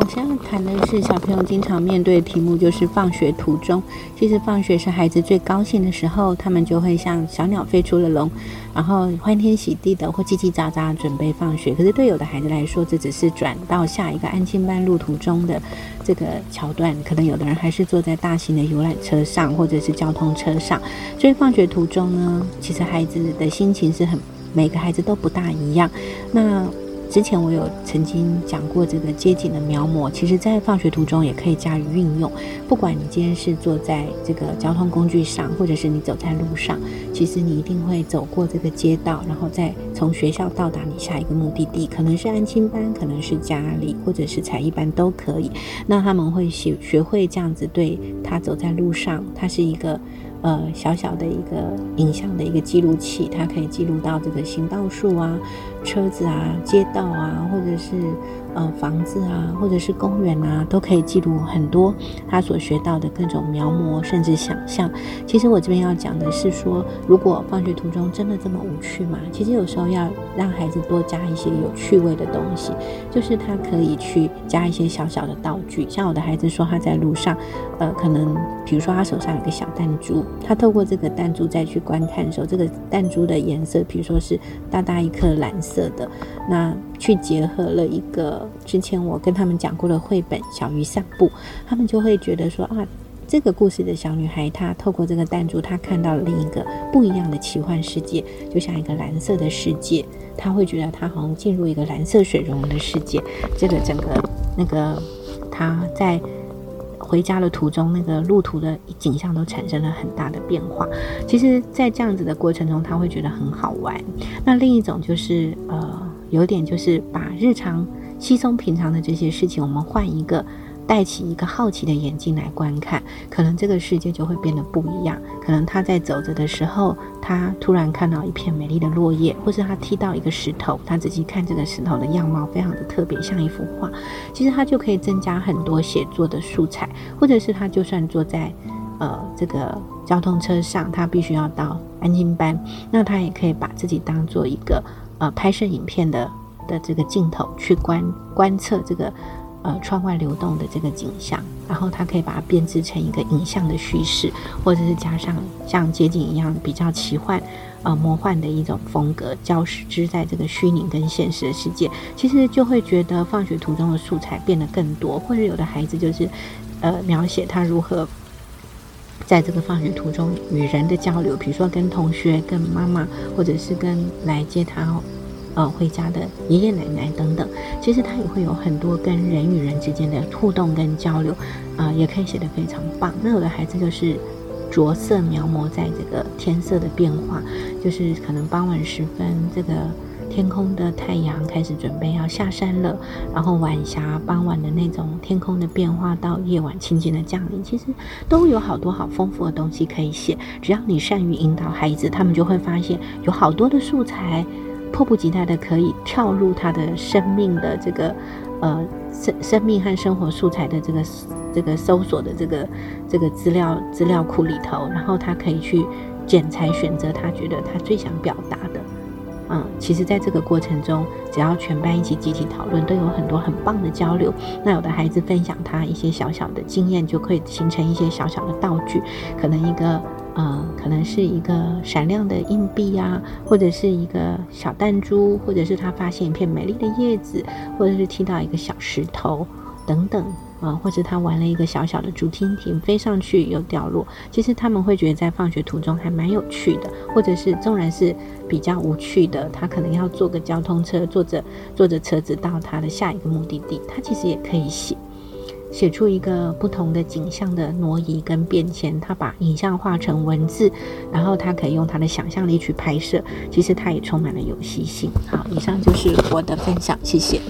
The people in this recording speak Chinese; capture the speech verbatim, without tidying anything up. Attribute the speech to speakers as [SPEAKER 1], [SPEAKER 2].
[SPEAKER 1] 现在谈的是小朋友经常面对的题目，就是放学途中。其实放学是孩子最高兴的时候，他们就会像小鸟飞出了笼，然后欢天喜地的或叽叽喳喳准备放学。可是对有的孩子来说，这只是转到下一个安亲班路途中的这个桥段，可能有的人还是坐在大型的游览车上或者是交通车上。所以放学途中呢，其实孩子的心情是很，每个孩子都不大一样。那之前我有曾经讲过这个街景的描摹，其实在放学途中也可以加以运用。不管你今天是坐在这个交通工具上，或者是你走在路上，其实你一定会走过这个街道，然后再从学校到达你下一个目的地，可能是安亲班，可能是家里，或者是才艺班都可以。那他们会学学会这样子，对他走在路上，他是一个呃小小的一个影像的一个记录器，它可以记录到这个行道树啊、车子啊、街道啊，或者是呃房子啊，或者是公园啊，都可以记录很多他所学到的各种描摹甚至想象。其实我这边要讲的是说，如果放学途中真的这么无趣嘛，其实有时候要让孩子多加一些有趣味的东西，就是他可以去加一些小小的道具。像我的孩子说，他在路上呃，可能比如说他手上有个小弹珠，他透过这个弹珠再去观看的时候，这个弹珠的颜色比如说是大大一颗蓝色的，那去结合了一个之前我跟他们讲过的绘本《小鱼散步》，他们就会觉得说啊，这个故事的小女孩她透过这个弹珠，她看到了另一个不一样的奇幻世界，就像一个蓝色的世界，她会觉得她好像进入一个蓝色水溶的世界。这个整个那个她在回家的途中，那个路途的景象都产生了很大的变化。其实在这样子的过程中，他会觉得很好玩。那另一种就是呃，有点就是把日常稀松平常的这些事情，我们换一个带起一个好奇的眼睛来观看，可能这个世界就会变得不一样。可能他在走着的时候，他突然看到一片美丽的落叶，或是他踢到一个石头，他仔细看这个石头的样貌非常的特别，像一幅画。其实他就可以增加很多写作的素材，或者是他就算坐在呃这个交通车上，他必须要到安亲班，那他也可以把自己当做一个呃拍摄影片的的这个镜头去观观测这个呃，窗外流动的这个景象，然后它可以把它编织成一个影像的叙事，或者是加上像街景一样比较奇幻、呃魔幻的一种风格，交织在这个虚拟跟现实的世界，其实就会觉得放学途中的素材变得更多。或者有的孩子就是呃描写他如何在这个放学途中与人的交流，比如说跟同学、跟妈妈，或者是跟来接他呃，回家的爷爷奶奶等等，其实他也会有很多跟人与人之间的互动跟交流，呃，也可以写得非常棒。那有的孩子就是着色描摹在这个天色的变化，就是可能傍晚时分，这个天空的太阳开始准备要下山了，然后晚霞傍晚的那种天空的变化到夜晚轻轻的降临，其实都有好多好丰富的东西可以写。只要你善于引导孩子，他们就会发现有好多的素材，迫不及待的可以跳入他的生命的这个呃生生命和生活素材的这个这个搜索的这个这个资料资料库里头，然后他可以去剪裁选择他觉得他最想表达的。嗯，其实在这个过程中，只要全班一起集体讨论，都有很多很棒的交流。那有的孩子分享他一些小小的经验，就可以形成一些小小的道具，可能一个呃，可能是一个闪亮的硬币啊，或者是一个小弹珠，或者是他发现一片美丽的叶子，或者是踢到一个小石头等等啊，或者他玩了一个小小的竹蜻蜓，飞上去又掉落。其实他们会觉得在放学途中还蛮有趣的，或者是纵然是比较无趣的，他可能要坐个交通车，坐着坐着车子到他的下一个目的地，他其实也可以写写出一个不同的景象的挪移跟变迁。他把影像化成文字，然后他可以用他的想象力去拍摄，其实他也充满了游戏性。好，以上就是我的分享，谢谢。